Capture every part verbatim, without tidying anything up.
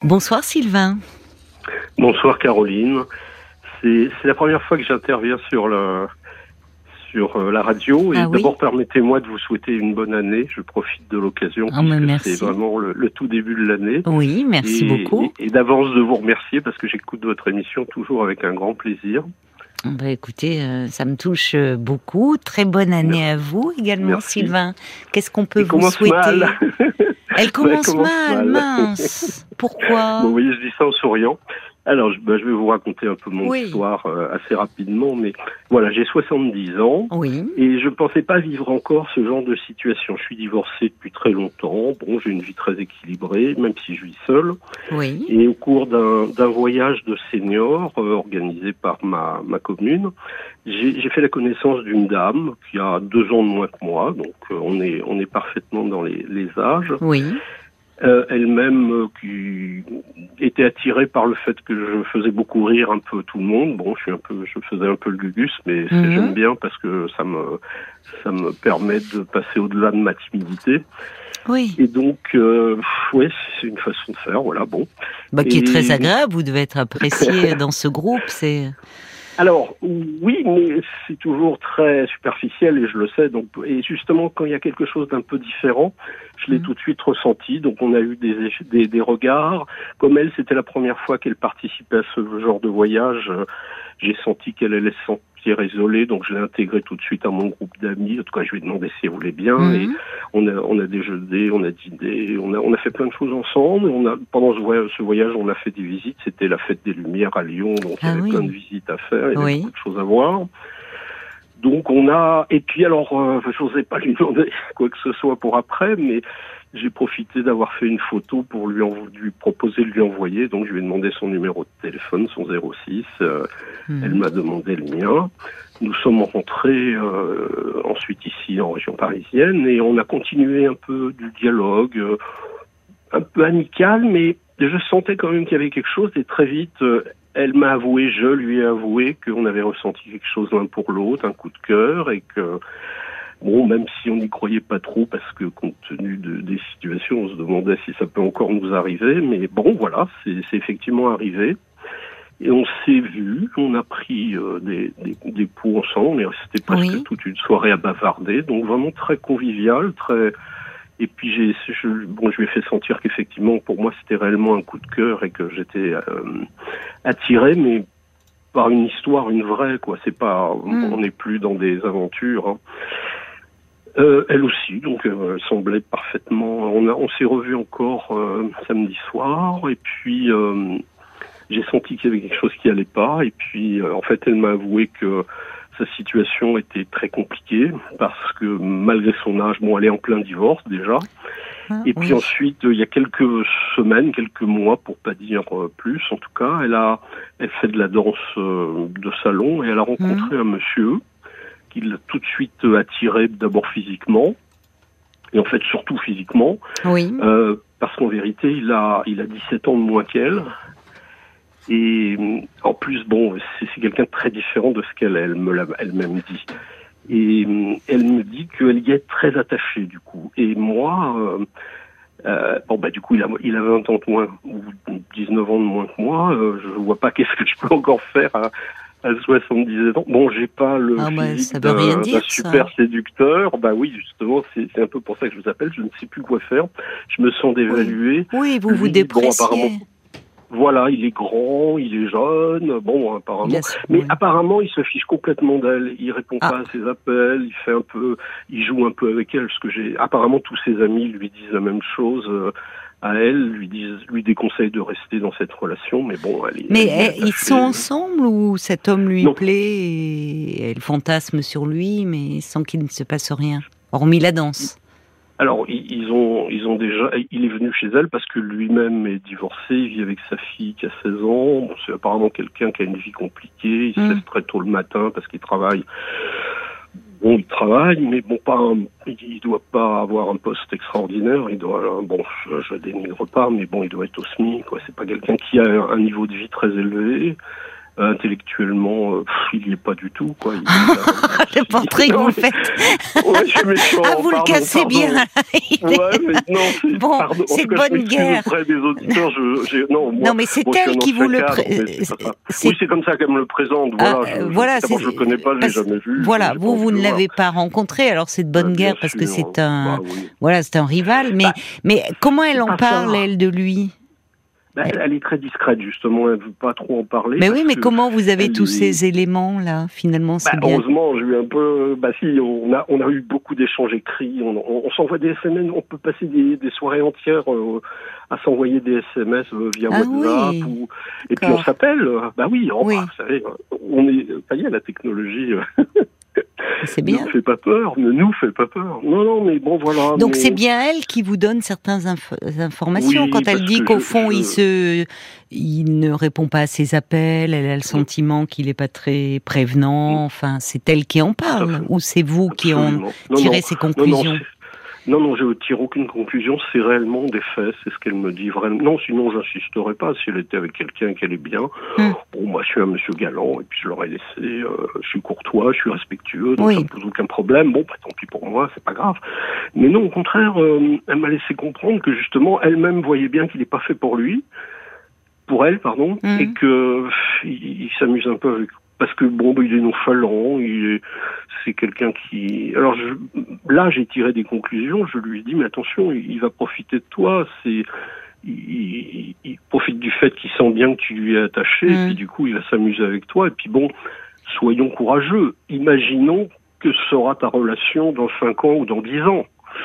Bonsoir Sylvain. Bonsoir Caroline. C'est, c'est la première fois que j'interviens sur, le, sur euh, la radio. Et Ah oui d'abord, permettez-moi de vous souhaiter une bonne année. Je profite de l'occasion oh, mais puisque merci. c'est vraiment le, le tout début de l'année. Oui, merci et, beaucoup. Et, et d'avance de vous remercier parce que j'écoute votre émission toujours avec un grand plaisir. Bah, écoutez, euh, ça me touche beaucoup. Très bonne année Merci. à vous également, Merci. Sylvain. Qu'est-ce qu'on peut Elle vous commence souhaiter? mal. Elle commence, Elle commence mal, mal. mince. Pourquoi? Bon, vous voyez, je dis ça en souriant. Alors, je, bah, je vais vous raconter un peu mon Oui. histoire euh, assez rapidement, mais voilà, j'ai soixante-dix ans Oui. et je ne pensais pas vivre encore ce genre de situation. Je suis divorcé depuis très longtemps, bon, j'ai une vie très équilibrée, même si je vis seul. Oui. Et au cours d'un, d'un voyage de seniors euh, organisé par ma, ma commune, j'ai, j'ai fait la connaissance d'une dame qui a deux ans de moins que moi, donc euh, on est on est parfaitement dans les, les âges. Oui. Euh, elle-même euh, qui était attirée par le fait que je faisais beaucoup rire un peu tout le monde. Bon, je suis un peu, je faisais un peu le gugus, mais c'est, Mhm. j'aime bien parce que ça me, ça me permet de passer au-delà de ma timidité. Oui. Et donc, euh, ouais, c'est une façon de faire, voilà, bon. Bah, qui est Et- très agréable. Vous devez être apprécié dans ce groupe. C'est. Alors, oui, mais c'est toujours très superficiel et je le sais. Donc, et justement, quand il y a quelque chose d'un peu différent, je l'ai Mhm. tout de suite ressenti. Donc, on a eu des, des, des regards. Comme elle, c'était la première fois qu'elle participait à ce genre de voyage. euh, J'ai senti qu'elle allait se sentir isolée, donc je l'ai intégrée tout de suite à mon groupe d'amis. En tout cas, je lui ai demandé si elle voulait bien. Et Mhm. on a, on a déjeuné, on a dîné, on a, on a fait plein de choses ensemble. On a, pendant ce voyage, ce voyage, on a fait des visites. C'était la fête des Lumières à Lyon, donc il y Ah avait oui. plein de visites à faire. Il y avait Oui. beaucoup de choses à voir. Donc on a, et puis alors, euh, je n'osais pas lui demander quoi que ce soit pour après, mais j'ai profité d'avoir fait une photo pour lui, en, lui proposer de lui envoyer. Donc je lui ai demandé son numéro de téléphone, son zéro six. Euh, Mhm. Elle m'a demandé le mien. Nous sommes rentrés euh, ensuite ici en région parisienne et on a continué un peu du dialogue, euh, un peu amical, mais je sentais quand même qu'il y avait quelque chose et très vite, euh, elle m'a avoué, je lui ai avoué qu'on avait ressenti quelque chose l'un pour l'autre, un coup de cœur et que, bon, même si on n'y croyait pas trop parce que compte tenu de, des situations, on se demandait si ça peut encore nous arriver, mais bon, voilà, c'est, c'est effectivement arrivé. Et on s'est vu, on a pris euh, des, des, des pots ensemble, on est resté presque Oui. toute une soirée à bavarder, donc vraiment très convivial, très. Et puis j'ai, je, bon, je lui ai fait sentir qu'effectivement, pour moi, c'était réellement un coup de cœur et que j'étais euh, attiré, mais par une histoire, une vraie, quoi. C'est pas, Mm. on n'est plus dans des aventures. Hein. Euh, elle aussi, donc euh, elle semblait parfaitement. On, a, on s'est revus encore euh, samedi soir, et puis. Euh, J'ai senti qu'il y avait quelque chose qui allait pas et puis euh, en fait elle m'a avoué que sa situation était très compliquée parce que malgré son âge, bon elle est en plein divorce déjà Ah, et puis oui. ensuite il y a quelques semaines, quelques mois pour pas dire euh, plus en tout cas, elle a elle fait de la danse euh, de salon et elle a rencontré un monsieur qui l'a tout de suite attiré d'abord physiquement et en fait surtout physiquement Oui. euh, parce qu'en vérité il a il a dix-sept ans de moins qu'elle. Et en plus, bon, c'est, c'est quelqu'un de très différent de ce qu'elle elle me l'a elle-même dit. Et elle me dit qu'elle y est très attachée, du coup. Et moi, euh, euh, bon, bah, du coup, il a, il a vingt ans de moins, ou dix-neuf ans de moins que moi. Euh, je vois pas qu'est-ce que je peux encore faire à, à soixante-dix ans. Bon, j'ai pas le Ah bah, physique ça veut rien d'un, dire, d'un super ça. séducteur. Bah oui, justement, c'est, c'est un peu pour ça que je vous appelle. Je ne sais plus quoi faire. Je me sens Oui. dévalué. Oui, vous vous Lui, bon, apparemment, dépréciez. voilà, il est grand, il est jeune, bon, Il apparemment. a su- Mais oui. apparemment, il se fiche complètement d'elle. Il répond Ah. pas à ses appels, il fait un peu, il joue un peu avec elle, parce que j'ai, apparemment, tous ses amis lui disent la même chose euh, à elle, lui disent, lui déconseillent de rester dans cette relation, mais bon, elle, est- Mais elle y est eh, ils sont attachée. ensemble ou cet homme lui Non. plaît et elle fantasme sur lui, mais sans qu'il ne se passe rien, hormis la danse. Alors, ils ils ont, ils ont déjà, il est venu chez elle parce que lui-même est divorcé, il vit avec sa fille qui a seize ans. Bon, c'est apparemment quelqu'un qui a une vie compliquée, il se Mm. lève très tôt le matin parce qu'il travaille. Bon, il travaille, mais bon, pas un, il doit pas avoir un poste extraordinaire. Il doit, bon, je, je dénigre pas, mais bon, il doit être au SMIC, quoi. C'est pas quelqu'un qui a un niveau de vie très élevé. Euh, intellectuellement, euh, pff, il n'y est pas du tout, quoi. Il, le portrait que vous faites. Ouais, je suis méchant. Ah, vous pardon, le cassez pardon. bien. Ouais, mais non, c'est, bon, pardon, c'est de cas, bonne guerre. Auprès des auditeurs, je, j'ai, non, moi, non, mais c'est bon, elle qui vous le cadre, pré... c'est c'est... Oui, c'est comme ça qu'elle me le présente. Voilà, ah, je, voilà je, je le connais pas, je l'ai jamais vu. Voilà, je, vous, vous ne l'avez voir. pas rencontré, alors c'est de bonne bah, guerre parce sûr. que c'est un, bah, oui. voilà, c'est un rival. Mais, bah, mais comment elle en parle, ça. elle, de lui? Bah, elle... elle est très discrète, justement, elle ne veut pas trop en parler. Mais oui, mais comment vous avez tous est... ces éléments-là, finalement, c'est bah, bien. Heureusement, j'ai eu un peu... Bah si, on a, on a eu beaucoup d'échanges écrits, on, on, on s'envoie des S M S, on peut passer des, des soirées entières euh, à s'envoyer des S M S euh, via ah, WhatsApp, oui. ou... et puis on s'appelle, bah oui, oh, oui. Bah, vous savez, on est... Ça y est, la technologie... C'est bien. Ne fait pas peur, ne nous fait pas peur. Non, non, mais bon, voilà. Donc mais... c'est bien elle qui vous donne certaines inf- informations oui, quand elle dit qu'au je, fond je... il se, il ne répond pas à ses appels, elle a le sentiment qu'il n'est pas très prévenant. Enfin, c'est elle qui en parle ou c'est vous qui en tirez ces conclusions? Non, non, Non, non, je ne tire aucune conclusion, c'est réellement des faits, c'est ce qu'elle me dit vraiment. Non, sinon j'insisterais pas, si elle était avec quelqu'un qu'elle est bien. Hum. Bon, moi je suis un monsieur galant, et puis je l'aurais laissé, euh, je suis courtois, je suis respectueux, donc oui. Ça ne pose aucun problème. Bon, bah, tant pis pour moi, c'est pas grave. Mais non, au contraire, euh, elle m'a laissé comprendre que justement, elle-même voyait bien qu'il n'est pas fait pour lui, pour elle, pardon, hum. et que il, il s'amuse un peu avec. Parce que bon, bah, il est nonchalant, il est, c'est quelqu'un qui. Alors je, là, j'ai tiré des conclusions. Je lui ai dit, mais attention, il, il va profiter de toi. C'est, il, il, il profite du fait qu'il sent bien que tu lui es attaché, mmh. et puis du coup, il va s'amuser avec toi. Et puis bon, soyons courageux. Imaginons que sera ta relation dans cinq ans ou dans dix ans.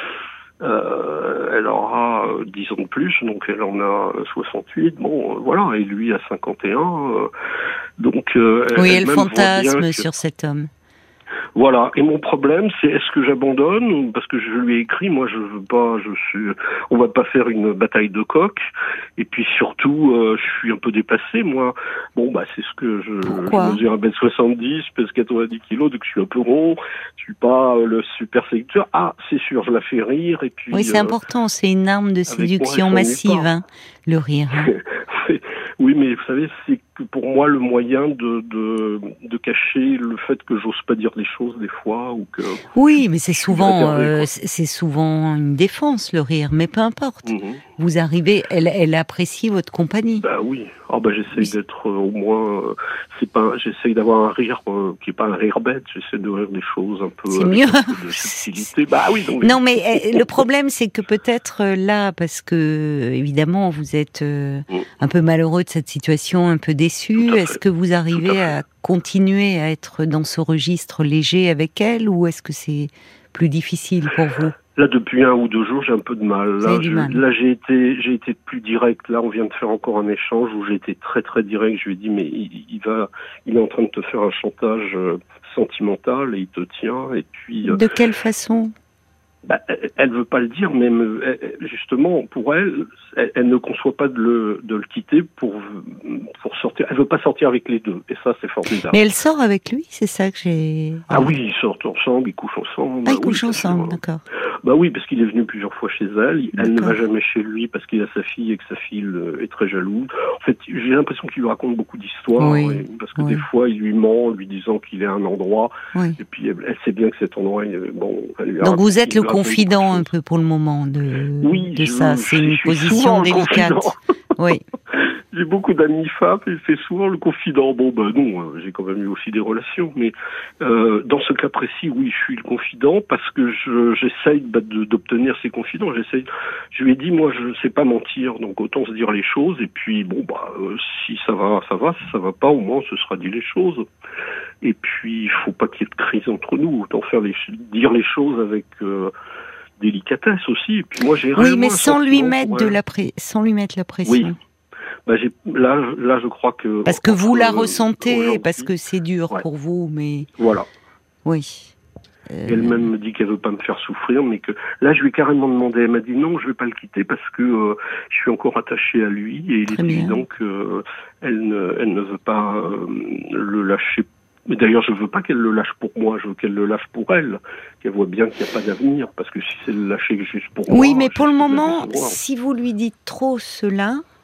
Euh, elle aura dix ans de plus, donc elle en a soixante-huit. Bon, euh, voilà, et lui a cinquante et un. Euh, donc, euh, oui, elle, elle fantasme que... sur cet homme. Voilà. Et mon problème, c'est est-ce que j'abandonne? Parce que je lui ai écrit, moi, je veux pas, je suis, on va pas faire une bataille de coq. Et puis surtout, euh, je suis un peu dépassé, moi. Bon, bah, c'est ce que je, Pourquoi? je mesure un mètre soixante-dix, pèse quatre-vingt-dix kilos, donc je suis un peu rond. Je suis pas le super séducteur. Ah, c'est sûr, je la fais rire, et puis. Oui, c'est euh, important. C'est une arme de séduction moi, massive, hein, le rire. Hein. Oui, mais vous savez, c'est que pour moi le moyen de, de, de cacher le fait que j'ose pas dire les choses des fois ou que. Oui, mais c'est souvent, euh, c'est souvent une défense le rire, mais peu importe. Mm-hmm. Vous arrivez, elle, elle apprécie votre compagnie. Bah oui. Ah bah j'essaye oui. d'être euh, au moins, euh, c'est pas, j'essaye d'avoir un rire euh, qui est pas un rire bête. J'essaie de rire des choses un peu. C'est mieux. Un peu de subtilité. Bah oui. Donc, non mais euh, le problème c'est que peut-être euh, là, parce que évidemment vous êtes euh, mm. un peu malheureux de cette situation, un peu déçu. Est-ce que vous arrivez à, à continuer à être dans ce registre léger avec elle, ou est-ce que c'est plus difficile pour vous? Là, depuis un ou deux jours, j'ai un peu de mal. Là, je, mal. là j'ai été, j'ai été plus direct. Là, on vient de faire encore un échange où j'ai été très très direct. Je lui ai dit, mais il, il va, il est en train de te faire un chantage euh, sentimental et il te tient. Et puis. Euh, de quelle façon? Bah, elle, elle veut pas le dire, mais elle, justement, pour elle, elle, elle ne conçoit pas de le, de le quitter pour, pour sortir. Elle veut pas sortir avec les deux, et ça, c'est formidable. Mais elle sort avec lui, c'est ça que j'ai. Ah oui, ils sortent ensemble, ils couchent ensemble. Ah, ils bah, couchent oui, ensemble, d'accord. Bah oui, parce qu'il est venu plusieurs fois chez elle. Elle ne va jamais chez lui parce qu'il a sa fille et que sa fille est très jalouse. En fait, j'ai l'impression qu'il lui raconte beaucoup d'histoires, oui, parce que oui. des fois, il lui ment, lui disant qu'il est à un endroit, oui. et puis elle, elle sait bien que cet endroit, bon. Elle lui Donc vous êtes le confident un peu pour le moment de, oui, de je, ça. C'est une position délicate. Oui. J'ai beaucoup d'amis femmes et c'est souvent le confident. Bon, ben non, j'ai quand même eu aussi des relations, mais euh, dans ce cas précis, oui, je suis le confident parce que je, j'essaye bah, de, d'obtenir ces confidents. J'essaye. Je lui ai dit, moi, je sais pas mentir, donc autant se dire les choses. Et puis, bon, bah, euh, si ça va, ça va. Si ça va pas, au moins, ce sera dit les choses. Et puis, il faut pas qu'il y ait de crise entre nous. Autant faire les, dire les choses avec. Euh, délicatesse aussi. Et puis moi, j'ai oui, mais sans lui mettre de la pré... sans lui mettre la pression. Oui. Bah, j'ai... Là, là, je crois que parce que vous la ressentez, parce que c'est dur ouais. pour vous, mais voilà. Oui. Euh... Elle-même me dit qu'elle veut pas me faire souffrir, mais que là, je lui ai carrément demandé. Elle m'a dit non, je vais pas le quitter parce que euh, je suis encore attachée à lui et il Très est bien. évident que elle ne, elle ne veut pas euh, le lâcher. Mais d'ailleurs, je veux pas qu'elle le lâche pour moi, je veux qu'elle le lâche pour elle, qu'elle voit bien qu'il n'y a pas d'avenir, parce que si c'est le lâcher juste pour oui, moi... Oui, mais pour le moment, si vous lui dites trop cela,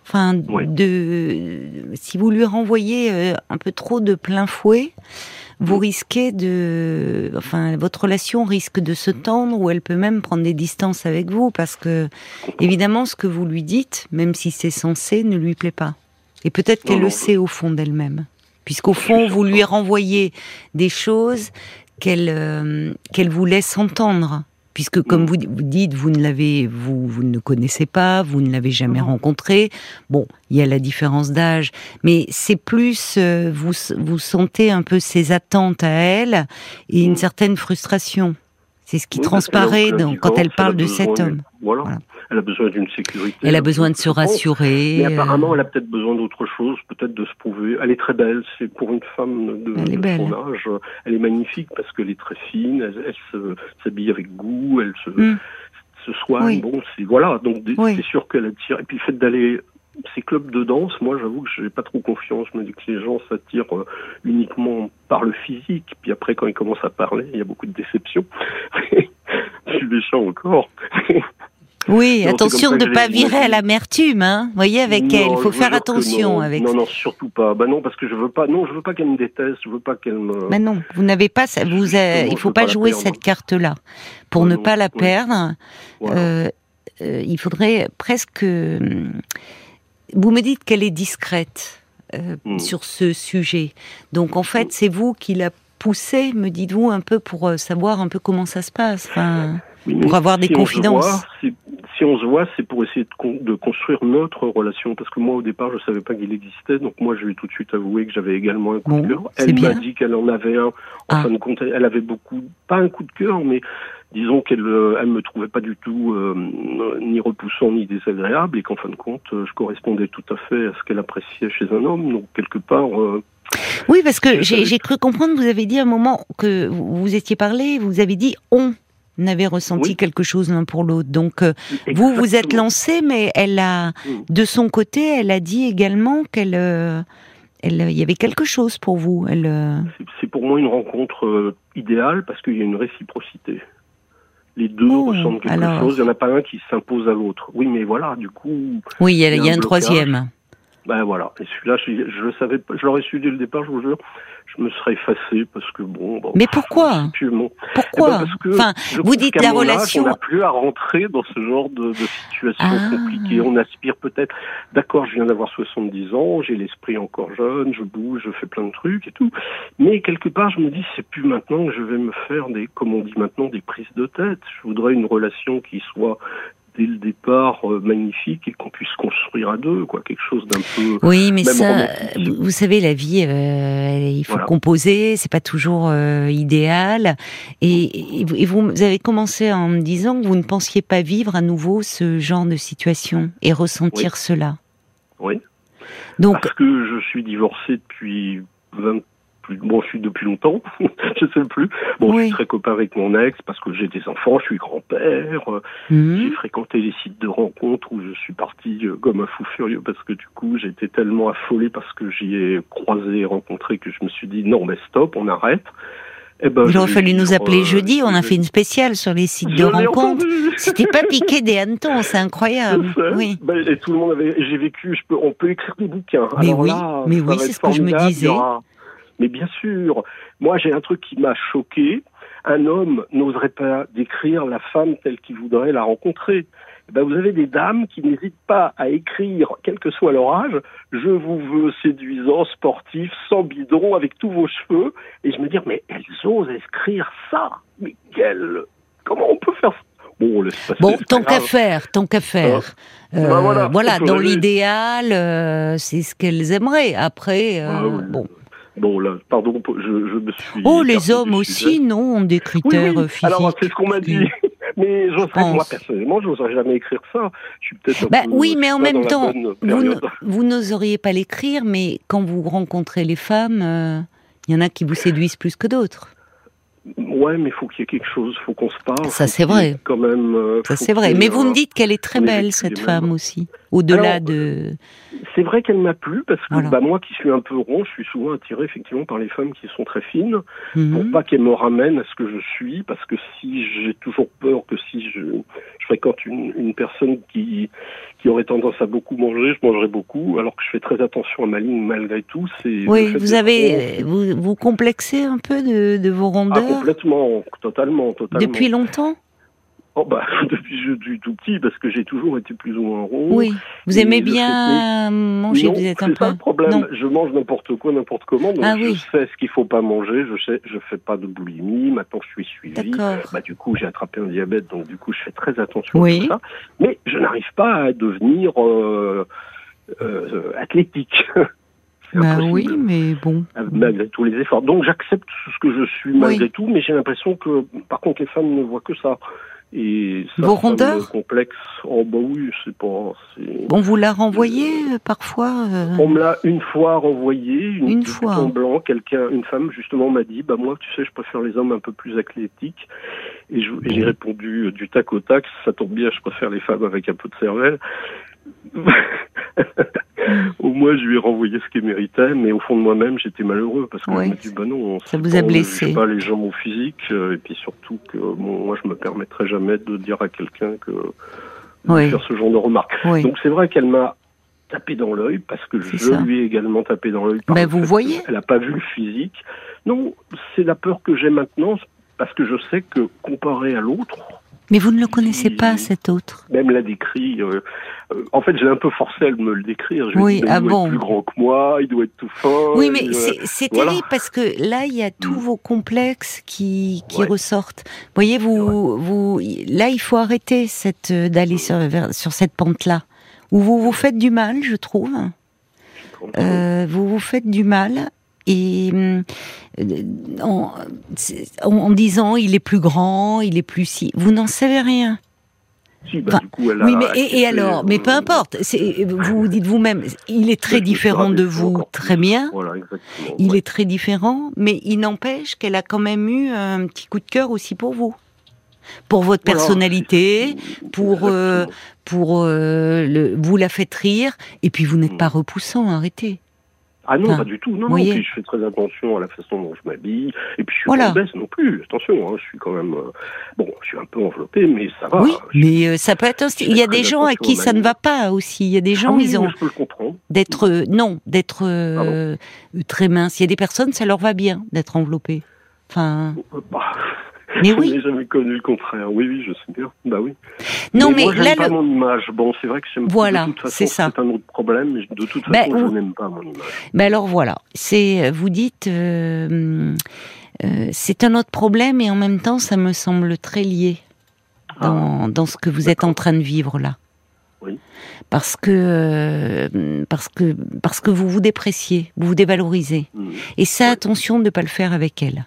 Enfin, Oui. de, si vous lui renvoyez euh, un peu trop de plein fouet, vous risquez de, enfin, votre relation risque de se tendre, ou elle peut même prendre des distances avec vous, parce que, évidemment, ce que vous lui dites, même si c'est censé, ne lui plaît pas. Et peut-être qu'elle Non, le non, sait au fond d'elle-même, puisqu'au fond, vous lui renvoyez des choses qu'elle euh, qu'elle vous laisse entendre. Puisque, comme Mm. vous, vous dites, vous ne l'avez, vous, vous ne le connaissez pas, vous ne l'avez jamais Non. rencontré. Bon, il y a la différence d'âge, mais c'est plus, euh, vous, vous sentez un peu ses attentes à elle et une Mm. certaine frustration. C'est ce qui Oui, parce qu'elle a transparaît aucun dans- quand divorce, elle parle a de besoin cet d'une- homme. Voilà. Voilà. Elle a besoin d'une sécurité. Elle a un besoin peu, de se je pense. rassurer. Mais euh, apparemment, elle a peut-être besoin d'autre chose, peut-être de se prouver. Elle est très belle, c'est pour une femme de, Elle est de belle. son âge. Elle est magnifique parce qu'elle est très fine, elle, elle se, s'habille avec goût, elle se, Mm. se soigne. Oui. Bon, c'est voilà. Donc des- Oui. c'est sûr qu'elle attire. Et puis le fait d'aller ces clubs de danse, moi, j'avoue que j'ai pas trop confiance. Je me dis que les gens s'attirent euh, uniquement par le physique. Puis après, quand ils commencent à parler, il y a beaucoup de déception. Je suis méchant encore. Oui, Non, attention c'est comme de ça ne que pas j'ai- virer à l'amertume, hein. Vous voyez, avec Non, elle, il faut je vous faire jure que attention non. avec. Non, non, surtout pas. Bah non, parce que je veux pas. Non, je veux pas qu'elle me déteste. Je veux pas qu'elle me. Mais non, vous n'avez pas, ça- vous, Justement, euh, il je faut veux pas pas la jouer perdre. cette carte-là. Pour Ouais, ne non, pas la ouais. perdre, Voilà. euh, euh, il faudrait presque. hum, Vous me dites qu'elle est discrète euh, Mm. sur ce sujet. Donc en fait, Mm. c'est vous qui la poussez, me dites-vous, un peu pour euh, savoir un peu comment ça se passe. Enfin, Oui, mais pour avoir des si on se confidences. voit, c'est- si on se voit, c'est pour essayer de, con- de construire notre relation. Parce que moi, au départ, je savais pas qu'il existait. Donc moi, je lui ai tout de suite avoué que j'avais également un coup Bon, de cœur. c'est Elle m'a bien. dit qu'elle en avait un. En Ah. fin de compte, elle avait beaucoup, pas un coup de cœur, mais disons qu'elle euh, elle me trouvait pas du tout euh, ni repoussant ni désagréable, et qu'en fin de compte, euh, je correspondais tout à fait à ce qu'elle appréciait chez un homme. Donc quelque part. euh, Oui, parce que Je j'ai savais j'ai cru comprendre, vous avez dit à un moment que vous vous étiez parlé, vous avez dit on avait ressenti Oui. quelque chose l'un pour l'autre. Donc euh, vous vous êtes exactement. lancé, mais elle a, Mm. de son côté, elle a dit également qu'elle, euh, elle, il y avait quelque chose pour vous. Elle, euh, C'est- C'est pour moi une rencontre euh, idéale parce qu'il y a une réciprocité. Les deux Oh, ressentent quelque alors. chose. Il n'y en a pas un qui s'impose à l'autre. Oui, mais voilà, du coup, Oui, il y a, Il y a il y a un un blocage. troisième. ben voilà. Et celui-là, je, je le savais pas. Je l'aurais su dès le départ, je vous jure. Je me serais effacé parce que bon. bon Mais pourquoi c'est plus mon- Pourquoi Eh ben parce que Enfin, je vous trouve dites qu'à la mon âge, relation. on n'a plus à rentrer dans ce genre de, de situation Ah. compliquée. On aspire peut-être. D'accord, je viens d'avoir soixante-dix ans, j'ai l'esprit encore jeune, je bouge, je fais plein de trucs et tout. Mais quelque part, je me dis, c'est plus maintenant que je vais me faire des, comme on dit maintenant, des prises de tête. Je voudrais une relation qui soit dès le départ euh, magnifique et qu'on puisse construire à deux, quoi, quelque chose d'un peu. Oui, mais même ça, romantique. vous, vous savez, la vie, euh, il faut Voilà. composer, c'est pas toujours euh, idéal. Et, et vous- et vous avez commencé en me disant que vous ne pensiez pas vivre à nouveau ce genre de situation et ressentir Oui. cela. Oui. Donc, Parce que je suis divorcé depuis vingt plus, bon, je suis depuis longtemps, je sais plus. Bon, je Oui. suis très copain avec mon ex parce que j'ai des enfants, je suis grand-père. euh, hum, J'ai fréquenté les sites de rencontres où je suis parti euh, comme un fou furieux parce que du coup, j'étais tellement affolé parce que j'y ai croisé et rencontré que je me suis dit non, mais stop, on arrête. Eh ben, il je aurait vais fallu nous vivre, appeler euh, jeudi, on a je- fait une spéciale sur les sites Je de l'ai rencontres. entendu. C'était pas piqué des hannetons, c'est incroyable. Je sais. Oui. Ben, et tout le monde avait. J'ai vécu. Je peux. On peut écrire des bouquins. Mais Alors oui, là, mais ça oui, va c'est être ce que je me formidable. disais. Il y aura- Mais bien sûr. Moi, j'ai un truc qui m'a choqué. Un homme n'oserait pas décrire la femme telle qu'il voudrait la rencontrer. Eh ben, vous avez des dames qui n'hésitent pas à écrire, quel que soit leur âge, je vous veux séduisant, sportif, sans bidon, avec tous vos cheveux. Et je me dis, mais elles osent écrire ça. Mais quel, comment on peut faire ça? Bon, on laisse passer, Bon, c'est tant pas qu'à grave. faire, tant qu'à faire. Ben Euh, voilà, voilà, on peut dans rêver. l'idéal, euh, c'est ce qu'elles aimeraient. Après, euh, Ah oui. bon. Bon, là, pardon, je, je me suis... Oh, écarté les du hommes sujet. aussi, non, ont des Oui, critères oui. physiques. Alors, c'est ce qu'on m'a dit. Mais j'oserais, pense. moi, personnellement, je n'oserais jamais écrire ça. Je suis peut-être un Bah, peu... oui, je mais suis en pas même dans la temps, bonne vous, période. n- vous n'oseriez pas l'écrire, mais quand vous rencontrez les femmes, euh, il y en a qui vous séduisent plus que d'autres. Ouais, mais il faut qu'il y ait quelque chose, il faut qu'on se parle. Ça, faut c'est qu'il y ait vrai. Quand même... euh, Ça, faut c'est vrai. qu'il y ait Mais vous un- me dites qu'elle est très on est belle, vécu cette les femme mêmes. aussi. au-delà Alors, de... C'est vrai qu'elle m'a plu, parce que voilà. bah, moi qui suis un peu rond, je suis souvent attiré effectivement par les femmes qui sont très fines, mmh. pour pas qu'elles me ramènent à ce que je suis, parce que si j'ai toujours peur que si je, je fréquente une, une personne qui, qui aurait tendance à beaucoup manger, je mangerais beaucoup, alors que je fais très attention à ma ligne malgré tout. C'est oui, vous avez, rond, vous, vous complexez un peu de, de vos rondeurs? Ah, complètement, totalement, totalement. Depuis longtemps? Oh bah, depuis que je suis tout petit, parce que j'ai toujours été plus ou moins rond. Oui, vous aimez bien manger, non, vous êtes un c'est peu... ça le problème, non. je mange n'importe quoi, n'importe comment, donc ah, je oui. sais ce qu'il faut pas manger, je sais, je fais pas de boulimie, maintenant je suis suivi. D'accord. Bah du coup j'ai attrapé un diabète, donc du coup je fais très attention oui. à tout ça, mais je n'arrive pas à devenir euh, euh, athlétique. Bah oui, mais bon. Malgré tous les efforts. Donc j'accepte ce que je suis malgré oui. tout, mais j'ai l'impression que, par contre, les femmes ne voient que ça. Et ça, Vos rondeurs, ça me complexe. Oh bah oui, c'est pas... On vous l'a renvoyé euh, parfois euh... On me l'a une fois renvoyé, une, une fois. En blanc, quelqu'un, une femme justement m'a dit, bah moi, tu sais, je préfère les hommes un peu plus athlétiques. Et, je, et j'ai répondu euh, du tac au tac, ça tombe bien, je préfère les femmes avec un peu de cervelle. Au moins, je lui ai renvoyé ce qu'elle méritait, mais au fond de moi-même, j'étais malheureux parce que oui. je me dis, bah non, ça vous a blessé. Je sais pas les gens mon physique, euh, et puis surtout que bon, moi, je me permettrais jamais de dire à quelqu'un que oui. de faire ce genre de remarques. Oui. Donc c'est vrai qu'elle m'a tapé dans l'œil parce que je ça. lui ai également tapé dans l'œil. Ben vous voyez. Elle n'a pas vu le physique. Non, c'est la peur que j'ai maintenant parce que je sais que comparé à l'autre. Mais vous ne le connaissez il, pas, cet autre. Même l'a décrit. Euh, euh, en fait, j'ai un peu forcé à me le décrire. Je oui, dit, ah il doit bon. être plus grand que moi, il doit être tout fin. Oui, mais euh, c'est, c'est voilà. terrible parce que là, il y a tous mmh. vos complexes qui, qui ouais. ressortent. Vous voyez, vous, vous, là, il faut arrêter cette, d'aller sur, vers, sur cette pente-là où vous vous faites du mal, je trouve. Euh, vous vous faites du mal. Et en, en disant il est plus grand, il est plus si, vous n'en savez rien. Si, bah, enfin, du coup, elle a oui, mais et, et alors, mais peu importe. C'est, vous dites vous-même, il est très différent de vous, très bien. Voilà, exactement. Il ouais. est très différent, mais il n'empêche qu'elle a quand même eu un petit coup de cœur aussi pour vous, pour votre voilà, personnalité, pour euh, pour euh, le, vous la faites rire, et puis vous n'êtes pas repoussant. Arrêtez. Ah non, enfin, pas du tout. Non, non. Puis je fais très attention à la façon dont je m'habille. Et puis je suis voilà. pas obèse non plus. Attention, hein, je suis quand même... Euh, bon, je suis un peu enveloppé, mais ça va. Oui, je, mais euh, ça peut être... Aussi, il y a des gens à qui ça ne va pas aussi. Il y a des gens, ah oui, ils ont... je peux le comprendre. D'être... Euh, non, d'être euh, très mince. Il y a des personnes, ça leur va bien d'être enveloppé. Enfin... Bah, mais je oui. n'ai jamais connu le contraire. Oui, oui, je sais bien. Bah oui. Non, mais, mais moi, j'aime là, pas le... mon image. Bon, c'est vrai que j'aime voilà, de toute façon, c'est ça. C'est un autre problème, mais de toute façon, ben, je ou... n'aime pas mon image. Ben alors voilà, c'est vous dites, euh, euh, c'est un autre problème et en même temps, ça me semble très lié dans, ah, dans ce que vous êtes en train de vivre là. Oui. Parce que euh, parce que parce que vous vous dépréciez, vous vous dévalorisez. Mmh. Et ça, ouais. Attention de ne pas le faire avec elle.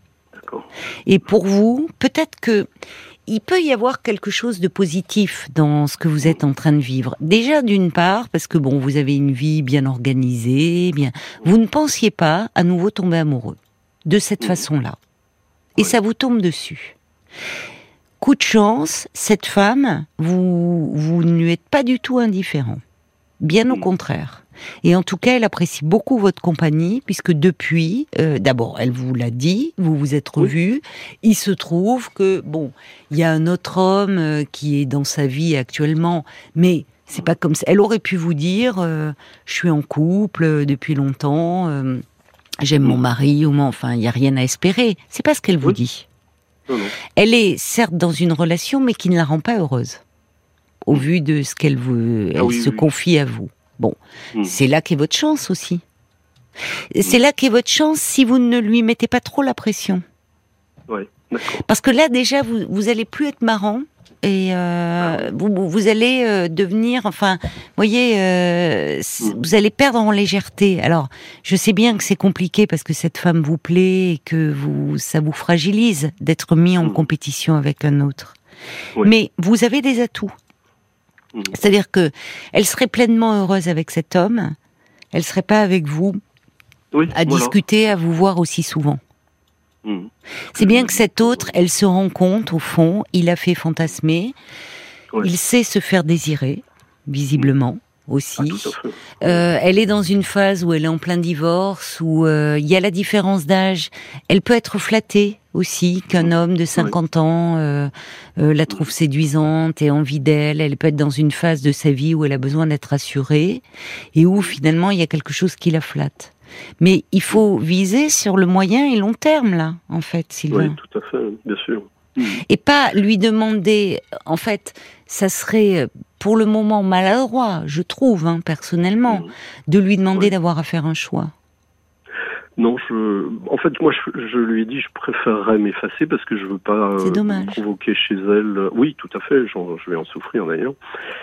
Et pour vous, peut-être que il peut y avoir quelque chose de positif dans ce que vous êtes en train de vivre. Déjà, d'une part, parce que bon, vous avez une vie bien organisée, bien, vous ne pensiez pas à nouveau tomber amoureux de cette façon-là, et ça vous tombe dessus. Coup de chance, cette femme, vous vous ne lui êtes pas du tout indifférent, bien au contraire. Et en tout cas, elle apprécie beaucoup votre compagnie, puisque depuis, euh, d'abord, elle vous l'a dit, vous vous êtes revus. Oui. Il se trouve que, bon, il y a un autre homme euh, qui est dans sa vie actuellement, mais c'est pas comme ça. Elle aurait pu vous dire, euh, je suis en couple euh, depuis longtemps, euh, j'aime mon mari, ou mon, enfin, il y a rien à espérer. C'est pas ce qu'elle vous oui. dit. Non, non. Elle est certes dans une relation, mais qui ne la rend pas heureuse, au vu de ce qu'elle vous, elle ah oui, se oui. confie à vous. Bon, mmh. c'est là qu'est votre chance aussi. Mmh. C'est là qu'est votre chance si vous ne lui mettez pas trop la pression. Ouais, d'accord. Parce que là, déjà, vous, vous allez plus être marrant et euh, ah. vous, vous allez euh, devenir, enfin, vous voyez, euh, mmh. vous allez perdre en légèreté. Alors, je sais bien que c'est compliqué parce que cette femme vous plaît et que vous, ça vous fragilise d'être mis en mmh. compétition avec un autre. Ouais. Mais vous avez des atouts. C'est-à-dire que elle serait pleinement heureuse avec cet homme, elle serait pas avec vous oui, à voilà. discuter, à vous voir aussi souvent. Mmh. C'est bien que cet autre, elle se rend compte, au fond, il a fait fantasmer, oui. il sait se faire désirer, visiblement. Aussi. Ah, euh, elle est dans une phase où elle est en plein divorce, où euh, il y a la différence d'âge. Elle peut être flattée aussi qu'un homme de cinquante oui. ans euh, euh, la trouve séduisante et a envie d'elle. Elle peut être dans une phase de sa vie où elle a besoin d'être rassurée et où finalement il y a quelque chose qui la flatte. Mais il faut viser sur le moyen et long terme là, en fait, Sylvain. Oui, tout à fait, bien sûr. Et pas lui demander, en fait, ça serait pour le moment maladroit, je trouve, hein, personnellement, mmh. de lui demander oui. d'avoir à faire un choix. Non, je, en fait, moi, je, je lui ai dit, je préférerais m'effacer parce que je veux pas euh, provoquer chez elle. Oui, tout à fait, j'en, je vais en souffrir d'ailleurs.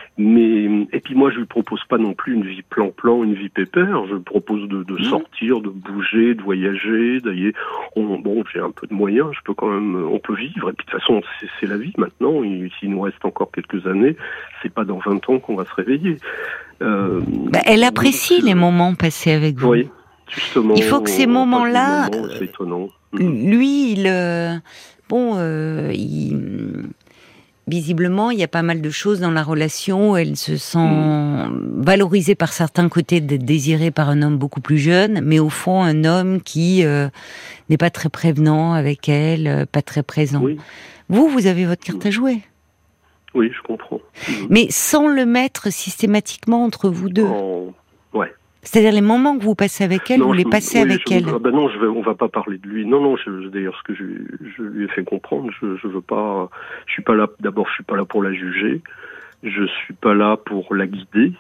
Mais et puis moi, je lui propose pas non plus une vie plan-plan, une vie pépère. Je lui propose de, de mmh. sortir, de bouger, de voyager. D'ailleurs, on, bon, j'ai un peu de moyens, je peux quand même, on peut vivre. Et puis de toute façon, c'est, c'est la vie maintenant. Et s'il nous reste encore quelques années, c'est pas dans vingt ans qu'on va se réveiller. Euh, bah, elle apprécie donc, les moments passés avec vous. Oui. Justement, il faut que ces moments-là, moments, c'est étonnant. lui, il, euh, bon, euh, il, visiblement, il y a pas mal de choses dans la relation où elle se sent mmh. valorisée par certains côtés, d'être désirée par un homme beaucoup plus jeune, mais au fond, un homme qui euh, n'est pas très prévenant avec elle, pas très présent. Oui. Vous, vous avez votre carte à jouer. Oui, je comprends. Mmh. Mais sans le mettre systématiquement entre vous deux. Oh, ouais. C'est-à-dire les moments que vous passez avec elle, non, vous les passez oui, avec je, elle. Ah ben non, je vais, on va pas parler de lui. Non, non. Je, d'ailleurs, ce que je, je lui ai fait comprendre, je, je veux pas. Je suis pas là. D'abord, je suis pas là pour la juger. Je suis pas là pour la guider.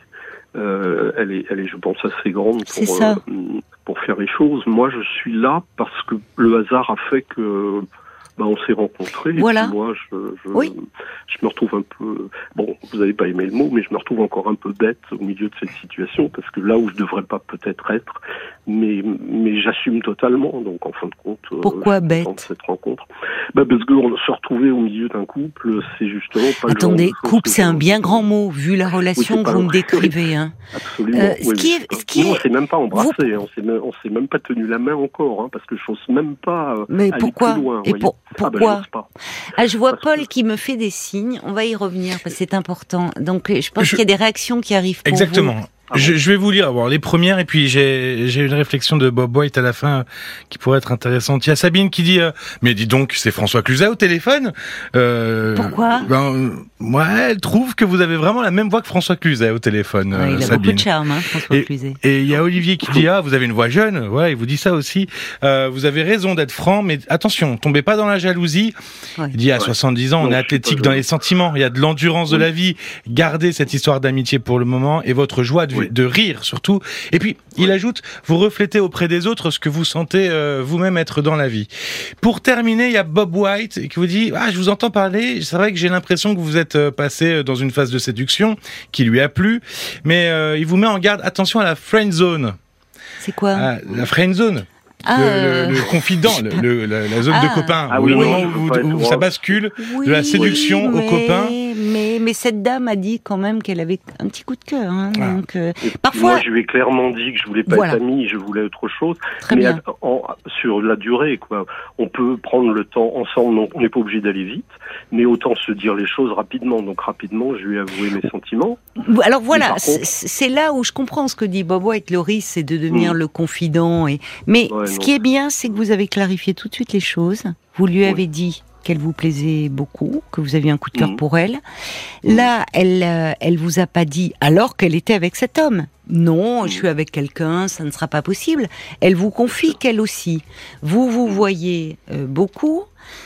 Euh, elle est, elle est, je pense, assez grande pour euh, pour faire les choses. Moi, je suis là parce que le hasard a fait que. Ben, on s'est rencontrés, voilà. et puis moi, je, je, oui. je me retrouve un peu... Bon, vous n'avez pas aimé le mot, mais je me retrouve encore un peu bête au milieu de cette situation, parce que là où je ne devrais pas peut-être être, mais, mais j'assume totalement, donc en fin de compte... Pourquoi euh, bête de cette rencontre. Ben, parce qu'on se retrouver au milieu d'un couple, c'est justement pas Attendez, le genre de couple, c'est un bien grand mot, vu la relation oui, que vous me décrivez. Hein. Absolument. Euh, oui, ce qui est, ce qui non, est... on s'est même pas embrassé, vous... on s'est même, on s'est même pas tenu la main encore, hein, parce que je n'ose même pas euh, mais aller pourquoi plus loin. Et pour, pourquoi ah, ben, Ah, je vois Parce Paul que... qui me fait des signes. On va y revenir parce que c'est important. Donc, je pense je... qu'il y a des réactions qui arrivent pour Exactement. vous. Ah bon. je, je vais vous lire bon, les premières et puis j'ai, j'ai une réflexion de Bob White à la fin euh, qui pourrait être intéressante. Il y a Sabine qui dit euh, mais dis donc c'est François Cluzet au téléphone. Euh, Pourquoi ben, moi elle trouve que vous avez vraiment la même voix que François Cluzet au téléphone. Ouais, euh, il a Sabine. beaucoup de charme, hein, François et, Cluzet. Et il y a Olivier qui dit ah vous avez une voix jeune. Ouais, il vous dit ça aussi. Euh, vous avez raison d'être franc, mais attention, tombez pas dans la jalousie. Ouais. Il dit à ouais. soixante-dix ans, non, on est athlétique dans les sentiments. Il y a de l'endurance oui. de la vie. Gardez cette histoire d'amitié pour le moment et votre joie de, oui. de rire. Surtout. Et puis, il oui. ajoute, vous reflétez auprès des autres ce que vous sentez euh, vous-même être dans la vie. Pour terminer, il y a Bob White qui vous dit, ah, je vous entends parler, c'est vrai que j'ai l'impression que vous êtes euh, passé dans une phase de séduction qui lui a plu, mais euh, il vous met en garde, attention à la friend zone. C'est quoi ah, La friend zone. Ah, le, le, le confident, le, le, la, la zone ah, de copain, ah, où oui, le oui, moment où, où, où ça bascule oui, de la séduction oui, au copain. Mais, mais cette dame a dit quand même qu'elle avait un petit coup de cœur. Hein, ah. donc, euh, parfois, moi, je lui ai clairement dit que je voulais pas voilà. être amie, je voulais autre chose. Très mais bien. En, sur la durée, quoi. On peut prendre le temps ensemble, on n'est pas obligé d'aller vite, mais autant se dire les choses rapidement. Donc rapidement, je lui ai avoué mes sentiments. Alors voilà, contre... c'est là où je comprends ce que dit Bob White. Le risque, c'est de devenir mmh. le confident. Et... Mais ouais, ce non. qui est bien, c'est que vous avez clarifié tout de suite les choses. Vous lui avez oui. dit qu'elle vous plaisait beaucoup, que vous aviez un coup de cœur mmh. pour elle. Là, elle, euh, elle vous a pas dit alors qu'elle était avec cet homme. Non, mmh. je suis avec quelqu'un, ça ne sera pas possible. Elle vous confie qu'elle aussi. Vous vous voyez euh, beaucoup.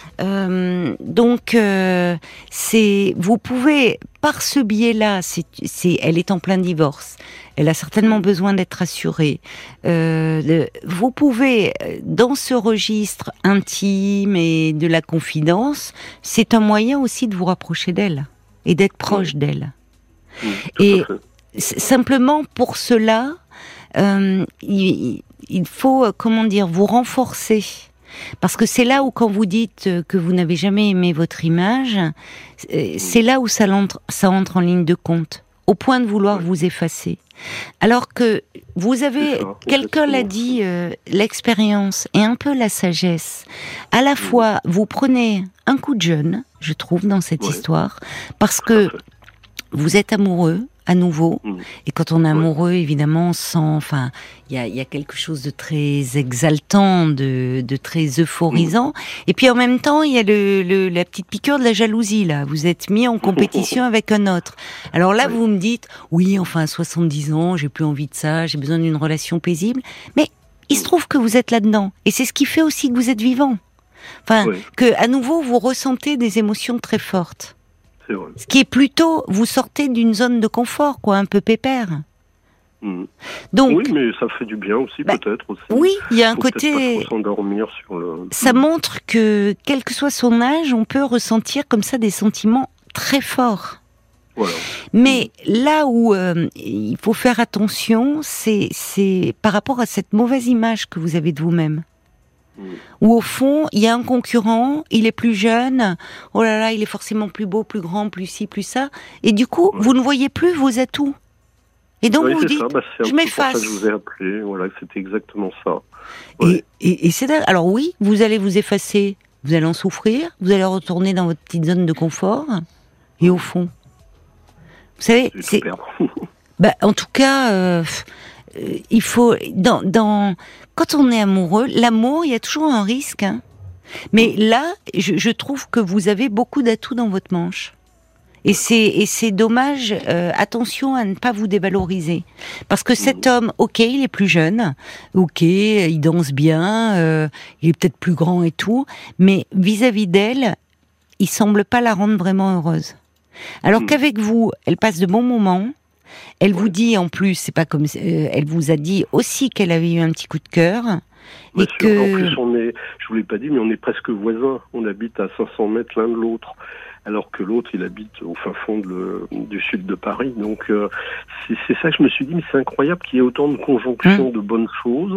Euh, donc, euh, c'est, vous pouvez, par ce biais-là, c'est, c'est, elle est en plein divorce. Elle a certainement besoin d'être rassurée. Euh, de, vous pouvez, dans ce registre intime et de la confidence, c'est un moyen aussi de vous rapprocher d'elle et d'être proche mmh. d'elle. Mmh, et simplement pour cela, euh, il, il faut, comment dire, vous renforcer. Parce que c'est là où, quand vous dites que vous n'avez jamais aimé votre image, c'est là où ça entre, ça entre en ligne de compte, au point de vouloir oui. vous effacer. Alors que vous avez, ça, quelqu'un l'a dit, euh, l'expérience et un peu la sagesse. À la fois, vous prenez un coup de jeune, je trouve, dans cette oui. histoire, parce que vous êtes amoureux, à nouveau. Mmh. Et quand on est amoureux, évidemment, on sent, enfin, il y a, y a quelque chose de très exaltant, de, de très euphorisant. Mmh. Et puis en même temps, il y a le, le, la petite piqûre de la jalousie, là. Vous êtes mis en compétition avec un autre. Alors là, oui. vous me dites, oui, enfin, à soixante-dix ans, j'ai plus envie de ça, j'ai besoin d'une relation paisible. Mais il se trouve que vous êtes là-dedans. Et c'est ce qui fait aussi que vous êtes vivant. Enfin, oui. que, à nouveau, vous ressentez des émotions très fortes. C'est vrai. Ce qui est plutôt, vous sortez d'une zone de confort, quoi, un peu pépère. Mmh. Donc, oui, mais ça fait du bien aussi, bah, peut-être aussi. Oui, il y a un Faut côté. Pas trop s'endormir sur le. Ça montre que, quel que soit son âge, on peut ressentir comme ça des sentiments très forts. Voilà. Mais là où euh, il faut faire attention, c'est, c'est par rapport à cette mauvaise image que vous avez de vous-même. Mmh. Où au fond, il y a un concurrent, il est plus jeune, oh là là, il est forcément plus beau, plus grand, plus ci, plus ça, et du coup, ouais. vous ne voyez plus vos atouts. Et donc oui, vous vous dites, bah, je m'efface. C'est pour ça que je vous ai appelé, voilà, c'était exactement ça. Ouais. Et, et, et c'est là, alors oui, vous allez vous effacer, vous allez en souffrir, vous allez retourner dans votre petite zone de confort, et au fond, vous savez, c'est, bah, en tout cas, euh, euh, il faut, dans, dans, quand on est amoureux, l'amour, il y a toujours un risque, hein. Mais là, je, je trouve que vous avez beaucoup d'atouts dans votre manche. Et c'est, et c'est dommage, euh, attention à ne pas vous dévaloriser. Parce que cet homme, ok, il est plus jeune, ok, il danse bien, euh, il est peut-être plus grand et tout, mais vis-à-vis d'elle, il semble pas la rendre vraiment heureuse. Alors qu'avec vous, elle passe de bons moments, elle vous dit en plus, c'est pas comme, euh, elle vous a dit aussi qu'elle avait eu un petit coup de cœur. Bien et sûr, que... En plus, on est, je vous l'ai pas dit, mais on est presque voisins. On habite à cinq cents mètres l'un de l'autre. Alors que l'autre, il habite au fin fond de le, du sud de Paris. Donc, euh, c'est, c'est ça que je me suis dit, mais c'est incroyable qu'il y ait autant de conjonctions mmh. de bonnes choses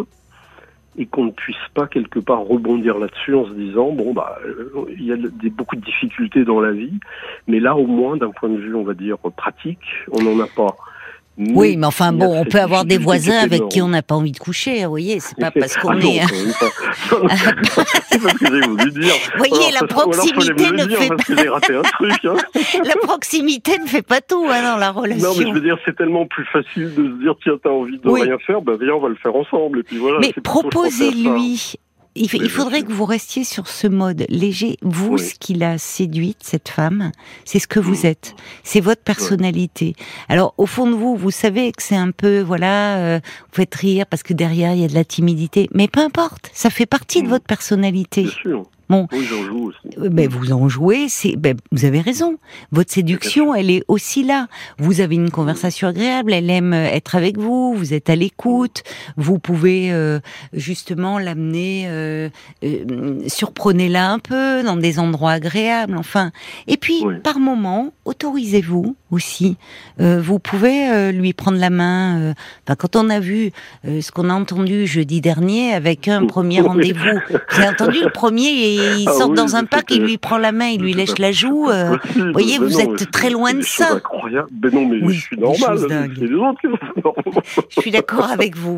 et qu'on ne puisse pas quelque part rebondir là-dessus en se disant, bon, bah, euh, il y a des, beaucoup de difficultés dans la vie, mais là, au moins, d'un point de vue, on va dire, pratique, on n'en a pas. Mais oui, mais enfin bon, on peut avoir des voisins avec qui on n'a pas envie de coucher, vous voyez, c'est pas parce qu'on ah est... Non, c'est parce que j'ai voulu dire. Vous voyez, alors, la proximité ne fait pas... Parce que j'ai raté un truc, hein. La proximité ne fait pas tout, hein, dans la relation. Non, mais je veux dire, c'est tellement plus facile de se dire, tiens, t'as envie de oui. rien faire, ben viens, on va le faire ensemble, et puis voilà. Mais proposez-lui... Il, il faudrait que vous restiez sur ce mode léger. Vous, oui. ce qui l'a séduite, cette femme, c'est ce que vous mmh. êtes. C'est votre personnalité. Ouais. Alors, au fond de vous, vous savez que c'est un peu, voilà, euh, vous faites rire parce que derrière, il y a de la timidité. Mais peu importe, ça fait partie mmh. de votre personnalité. Bien sûr. Bon, oui, j'en joue aussi. Ben, vous en jouez, c'est, ben, vous avez raison. Votre séduction, elle est aussi là. Vous avez une conversation agréable, elle aime être avec vous, vous êtes à l'écoute, vous pouvez euh, justement l'amener, euh, euh, surprenez-la un peu dans des endroits agréables, enfin. Et puis, oui. par moment, autorisez-vous aussi. Euh, vous pouvez euh, lui prendre la main. Euh, enfin, quand on a vu euh, ce qu'on a entendu jeudi dernier avec un premier rendez-vous, vous avez entendu le premier et il ah sort oui, dans un parc, il lui prend la main, il lui lèche la joue. Euh, vous voyez, vous non, êtes très loin de ça. Incroyable. Mais non, mais oui, je suis normal. C'est les autres qui sont je suis d'accord avec vous.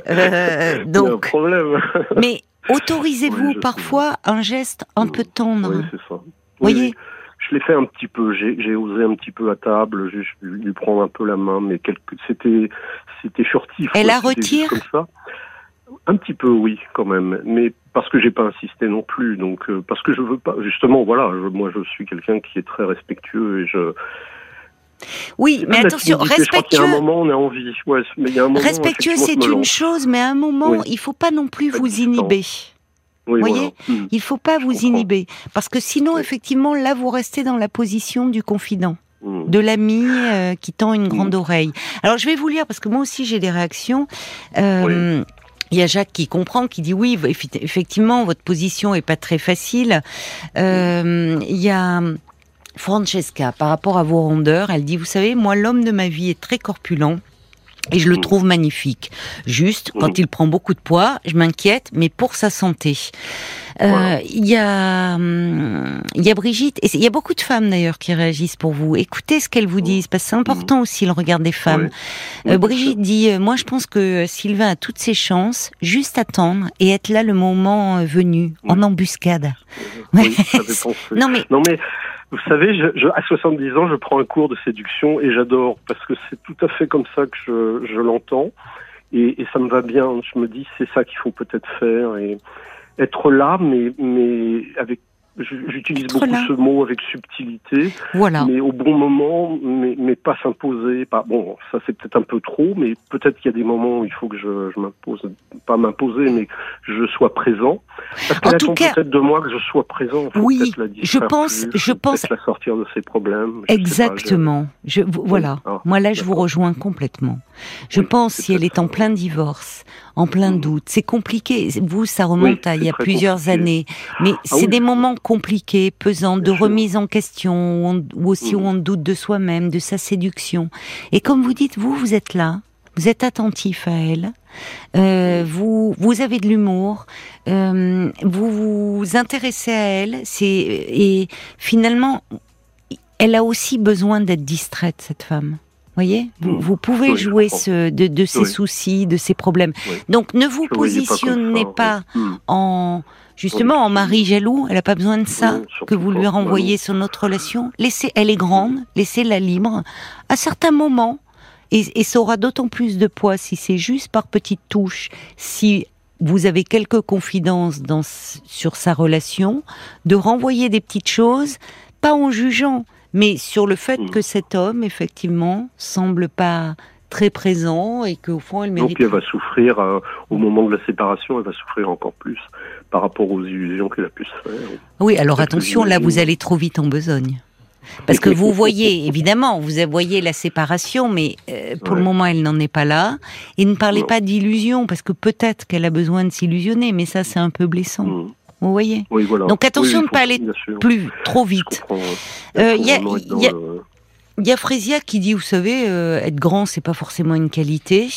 Euh, donc, il y a un problème. Mais autorisez-vous oui, parfois sais. un geste un peu tendre. Oui, c'est ça. Vous oui, voyez. Je l'ai fait un petit peu. J'ai, j'ai osé un petit peu à table, je, je lui prendre un peu la main, mais quelque, c'était, c'était furtif. Elle quoi, la retire. Comme ça. Un petit peu, oui, quand même, mais parce que j'ai pas insisté non plus, donc euh, parce que je veux pas, justement, voilà, je, moi je suis quelqu'un qui est très respectueux et je. Oui, mais attention, respectueux. Je crois qu'il y a un moment, on a envie. Ouais, mais il y a un moment, respectueux, c'est une chose, mais à un moment, oui. il faut pas non plus pas vous inhiber. Oui, vous voyez, voilà. mmh. il faut pas vous inhiber, parce que sinon, oui. effectivement, là, vous restez dans la position du confident. Mmh. De l'ami euh, qui tend une grande mmh. oreille. Alors, je vais vous lire, parce que moi aussi, j'ai des réactions. Euh, oui. Il y a Jacques qui comprend, qui dit oui, effectivement, votre position est pas très facile. Euh, il y a Francesca, par rapport à vos rondeurs, elle dit, vous savez, moi, l'homme de ma vie est très corpulent. Et je le trouve magnifique. Juste, quand il prend beaucoup de poids, je m'inquiète, mais pour sa santé. Euh, voilà. Il y a, hum, il y a Brigitte, et il y a beaucoup de femmes d'ailleurs qui réagissent pour vous. Écoutez ce qu'elles vous disent, parce que c'est important aussi le regard des femmes. Oui. Euh, Brigitte dit, euh, moi je pense que Sylvain a toutes ses chances, juste attendre et être là le moment venu, oui. en embuscade. Oui, ça non mais. Non mais Vous savez, je, je, à soixante-dix ans, je prends un cours de séduction et j'adore parce que c'est tout à fait comme ça que je, je l'entends et, et ça me va bien. Je me dis, c'est ça qu'il faut peut-être faire et être là, mais, mais avec j'utilise être beaucoup là. ce mot avec subtilité, voilà. mais au bon moment, mais, mais pas s'imposer. Pas, bon, ça c'est peut-être un peu trop, mais peut-être qu'il y a des moments où il faut que je, je m'impose, pas m'imposer, mais que je sois présent. Parce qu'elle attend cas... peut-être de moi que je sois présent. Il faut oui, peut-être la je pense, plus, je pense la sortir de ses problèmes. Exactement. Pas, je... Je, voilà. Ah, Moi là, je vous rejoins complètement. Je oui, pense si elle est en plein divorce, en plein mmh. doute, c'est compliqué. Vous, ça remonte oui, à il y a plusieurs compliqué. années, mais ah, c'est oui. des moments compliqués, pesants, de remise en question, ou aussi mmh. où on doute de soi-même, de sa séduction. Et comme vous dites, vous, vous êtes là, vous êtes attentif à elle, euh, vous, vous avez de l'humour, euh, vous vous intéressez à elle, c'est, et finalement, elle a aussi besoin d'être distraite, cette femme. Voyez, vous, mmh. vous pouvez oui, jouer ce, de, de ses oui. soucis, de ses problèmes. Oui. Donc, ne vous je positionnez pas, pas oui. en... Justement, en mari jaloux, elle n'a pas besoin de ça, non, que vous lui renvoyez non. sur notre relation. Laissez, elle est grande, laissez-la libre. À certains moments, et, et ça aura d'autant plus de poids si c'est juste par petites touches, si vous avez quelques confidences dans, sur sa relation, de renvoyer des petites choses, pas en jugeant, mais sur le fait mmh. que cet homme, effectivement, semble pas très présent et qu'au fond, elle mérite... Donc, elle va souffrir, euh, au moment de la séparation, elle va souffrir encore plus par rapport aux illusions qu'elle a pu se faire. Oui, alors attention, là, vous allez trop vite en besogne. Parce que vous voyez, évidemment, vous voyez la séparation, mais euh, pour ouais. le moment, elle n'en est pas là. Et ne parlez non. pas d'illusion, parce que peut-être qu'elle a besoin de s'illusionner, mais ça, c'est un peu blessant. Mmh. Vous voyez oui, voilà. Donc attention oui, de ne pas aller plus, trop vite. Il euh, y a... Y a le... Il y a Frésia qui dit, vous savez, euh, être grand, c'est pas forcément une qualité.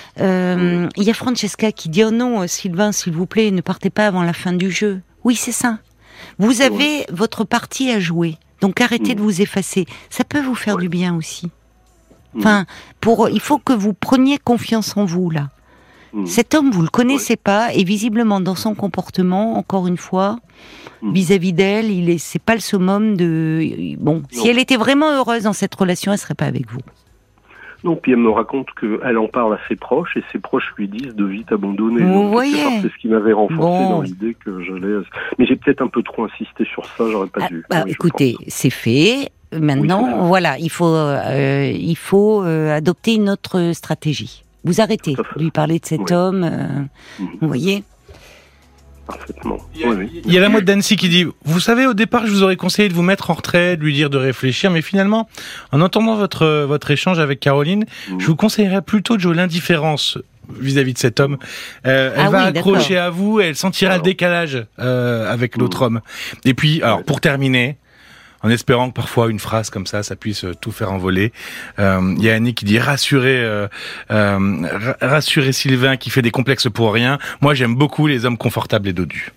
Euh, il y a Francesca qui dit, oh non, Sylvain, s'il vous plaît, ne partez pas avant la fin du jeu. Oui, c'est ça. Vous avez ouais. votre partie à jouer, donc arrêtez mmh. de vous effacer. Ça peut vous faire ouais. du bien aussi. Enfin, pour, il faut que vous preniez confiance en vous, là. Mmh. Cet homme, vous le connaissez ouais. pas, et visiblement, dans son comportement, encore une fois, vis-à-vis d'elle, il est, c'est pas le summum de. Bon, non. si elle était vraiment heureuse dans cette relation, elle serait pas avec vous. Non, puis elle me raconte qu'elle en parle à ses proches et ses proches lui disent de vite abandonner. Vous Donc, voyez. C'est ce qui m'avait renforcé bon. dans l'idée que j'allais. Mais j'ai peut-être un peu trop insisté sur ça, j'aurais pas ah, dû. Bah, oui, écoutez, c'est fait. Maintenant, oui, voilà, il faut, euh, il faut euh, adopter une autre stratégie. Vous arrêtez de lui parler de cet oui. homme. Euh, mmh. Vous voyez. Parfaitement. Il y a, oui, oui. il y a la mode d'Annecy qui dit, vous savez, au départ, je vous aurais conseillé de vous mettre en retrait, de lui dire de réfléchir, mais finalement, en entendant votre, votre échange avec Caroline, mmh. je vous conseillerais plutôt de jouer l'indifférence vis-à-vis de cet homme. Euh, elle ah va oui, accrocher d'accord. à vous, et elle sentira alors. le décalage euh, avec mmh. l'autre homme. Et puis, alors, pour terminer, en espérant que parfois une phrase comme ça, ça puisse tout faire envoler. Il euh, y a Annie qui dit rassurer, euh, euh, rassurer Sylvain qui fait des complexes pour rien. Moi, j'aime beaucoup les hommes confortables et dodus.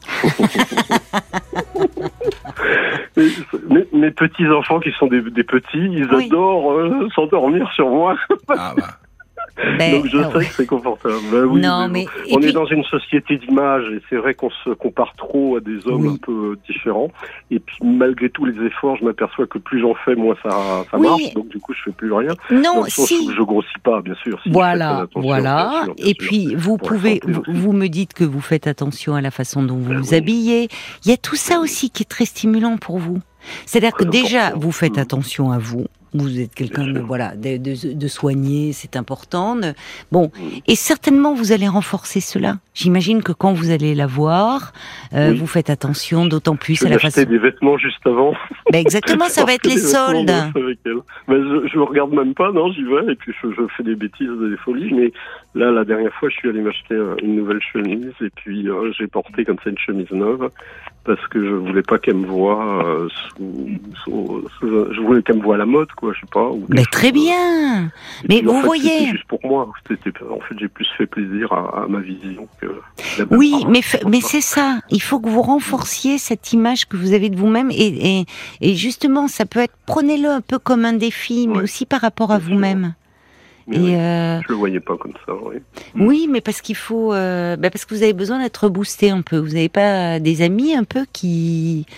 mes, mes petits enfants qui sont des, des petits, ils oui. adorent euh, s'endormir sur moi. Ah bah. Ben, Donc je sais ouais. que c'est confortable. Ben oui, non, mais, mais on puis... est dans une société d'image et c'est vrai qu'on se compare trop à des hommes oui. un peu différents. Et puis malgré tous les efforts, je m'aperçois que plus j'en fais, moins ça, ça oui. marche. Donc du coup, je fais plus rien. Non, dans le sens si. où je grossis pas, bien sûr. Si voilà, voilà. Bien sûr, bien et sûr, puis vous pouvez, vous, vous me dites que vous faites attention à la façon dont vous ben, vous oui. habillez. Il y a tout ça oui. aussi qui est très stimulant pour vous. C'est-à-dire Très que déjà, important. vous faites attention à vous. Vous êtes quelqu'un de, voilà, de, de, de soigné, c'est important. Bon, et certainement vous allez renforcer cela. J'imagine que quand vous allez la voir, euh, oui. vous faites attention, d'autant plus je à la façon. des vêtements juste avant. Ben exactement, ça va être les soldes. Avec elle. Ben je, je regarde même pas, non, j'y vais et puis je, je fais des bêtises, des folies. Mais là, la dernière fois, je suis allé m'acheter une nouvelle chemise et puis euh, j'ai porté comme ça une chemise neuve parce que je voulais pas qu'elle me voie euh, sous, sous, sous, je voulais qu'elle me voie à la mode. Quoi, je sais pas. Mais très bien. Et mais puis, vous en fait, voyez. C'était juste pour moi. C'était, en fait, j'ai plus fait plaisir à, à ma vision que. Oui, mais f- mais c'est ça. Il faut que vous renforciez cette image que vous avez de vous-même et et, et justement, ça peut être. Prenez-le un peu comme un défi, mais ouais. aussi par rapport à Bien vous-même. Mais et oui, euh... je le voyais pas comme ça. Oui, oui mais parce qu'il faut, euh, bah parce que vous avez besoin d'être boosté un peu. Vous n'avez pas des amis un peu qui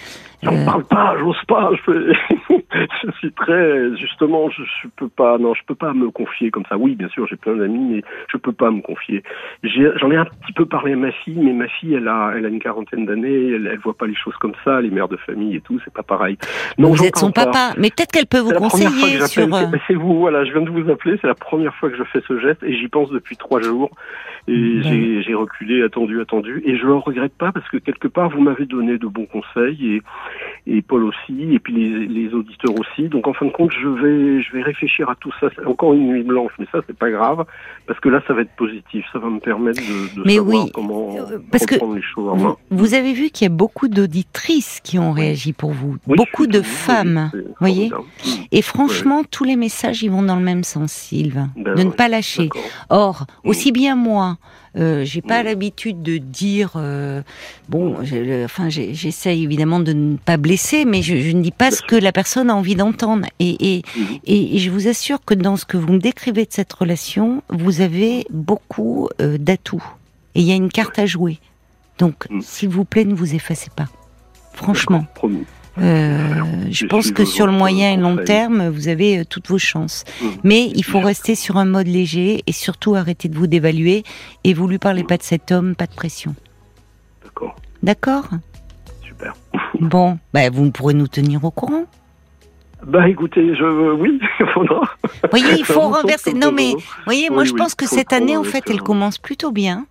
J'en Euh. parle pas, j'ose pas. Je, peux... je suis très, justement, je, je peux pas, non, je peux pas me confier comme ça. Oui, bien sûr, j'ai plein d'amis, mais je peux pas me confier. J'ai, j'en ai un petit peu parlé à ma fille, mais ma fille, elle a, elle a une quarantaine d'années, elle, elle voit pas les choses comme ça, les mères de famille et tout, c'est pas pareil. Non, vous j'en êtes son parle pas. papa, mais peut-être qu'elle peut vous C'est la première fois conseiller que sur. j'appelle. C'est vous, voilà, je viens de vous appeler. C'est la première fois que je fais ce geste et j'y pense depuis trois jours. Et Ben. j'ai, j'ai reculé, attendu, attendu, et je le regrette pas parce que quelque part vous m'avez donné de bons conseils et et Paul aussi, et puis les, les auditeurs aussi. Donc en fin de compte, je vais je vais réfléchir à tout ça. C'est encore une nuit blanche, mais ça c'est pas grave parce que là ça va être positif. Ça va me permettre de, de Mais savoir oui, comment parce que reprendre les choses en main. Vous, vous avez vu qu'il y a beaucoup d'auditrices qui ont réagi pour vous, Oui, beaucoup je suis de tout- femmes, oui, c'est voyez. formidable. Et franchement, tous les messages ils vont dans le même sens, Sylvain, Ben de ne ouais, pas lâcher. d'accord. Or, Mm. aussi bien moi, euh, j'ai pas Mm. l'habitude de dire, euh, bon, je- enfin, j'ai- j'essaye évidemment de ne pas blesser, mais je, je ne dis pas Bien ce sûr. que la personne a envie d'entendre. Et, et, Mhm. et, et je vous assure que dans ce que vous me décrivez de cette relation, vous avez beaucoup euh, d'atouts. Et il y a une carte à jouer. Donc, Mm. s'il vous plaît, ne vous effacez pas. Franchement. D'accord, promis. Euh, je Je pense suis que vos sur le moyen et long conseils. terme, vous avez euh, toutes vos chances. Mm. Mais il faut rester sur un mode léger et surtout arrêter de vous dévaluer. Et vous lui parlez pas de cet homme, pas de pression. D'accord, D'accord ? super. Bon, bah, vous pourrez nous tenir au courant. Bah écoutez, je oui, il faudra. Vous voyez, il Ça faut vous semble renverser. comme Non, ça, mais non vous voyez, moi Oui, je oui, pense que faut cette le année, en prendre fait, avec, elle euh, commence plutôt bien.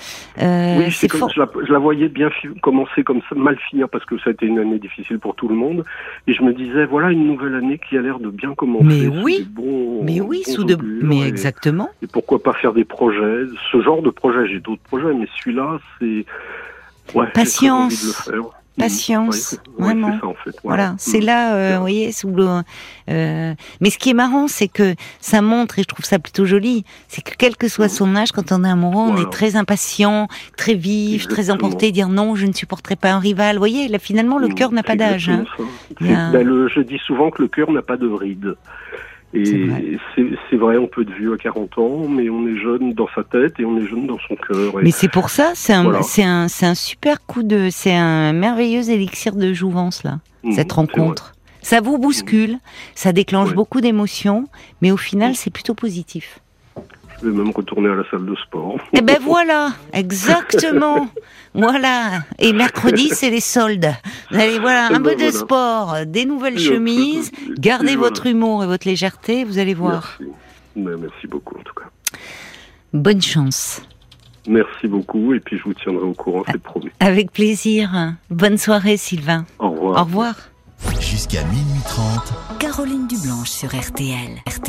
Euh, Oui, c'est c'est comme, fort. je, la, je la voyais bien fi- commencer comme ça, mal finir parce que ça a été une année difficile pour tout le monde. Et je me disais, voilà une nouvelle année qui a l'air de bien commencer. Mais sous oui, des bons, Mais oui, bons sous de. augures, Mais et, exactement. et pourquoi pas faire des projets, ce genre de projet. J'ai d'autres projets, mais celui-là, c'est ouais, Patience. j'ai très envie de le faire. Patience, Mmh. Ouais, vraiment. ouais, c'est ça en fait. Voilà, c'est Mmh. là, euh, C'est vous voyez, sous le. Euh, mais ce qui est marrant, c'est que ça montre, et je trouve ça plutôt joli, c'est que quel que soit son âge, quand on est amoureux, on Voilà. est très impatient, très vif, très Exactement. emporté, dire non, je ne supporterai pas un rival. Vous voyez, là, finalement, le Mmh, cœur n'a pas c'est d'âge. Hein. exactement ça. Il y a- C'est- ben, le- je dis souvent que le cœur n'a pas de rides. C'est Et vrai. c'est c'est vrai, on peut être vieux à quarante ans, mais on est jeune dans sa tête et on est jeune dans son cœur. Et Mais c'est pour ça, c'est un, Voilà. c'est un, c'est un super coup de, c'est un merveilleux élixir de jouvence là, Mmh, cette c'est rencontre. Ça vous bouscule, ça déclenche Ouais. beaucoup d'émotions, mais au final, c'est plutôt positif. Je vais même retourner à la salle de sport. Eh ben voilà, exactement. Voilà. Et mercredi, c'est les soldes. Vous allez, voilà, Eh un ben peu de voilà. sport, des nouvelles Et un peu de- chemises, et gardez voilà. votre humour et votre légèreté, vous allez voir. Merci. Ben, merci beaucoup en tout cas. Bonne chance. Merci beaucoup et puis je vous tiendrai au courant, c'est promis. Avec plaisir. Bonne soirée, Sylvain. Au revoir. Au revoir. Jusqu'à minuit trente. Caroline Dublanche sur R T L. R T L.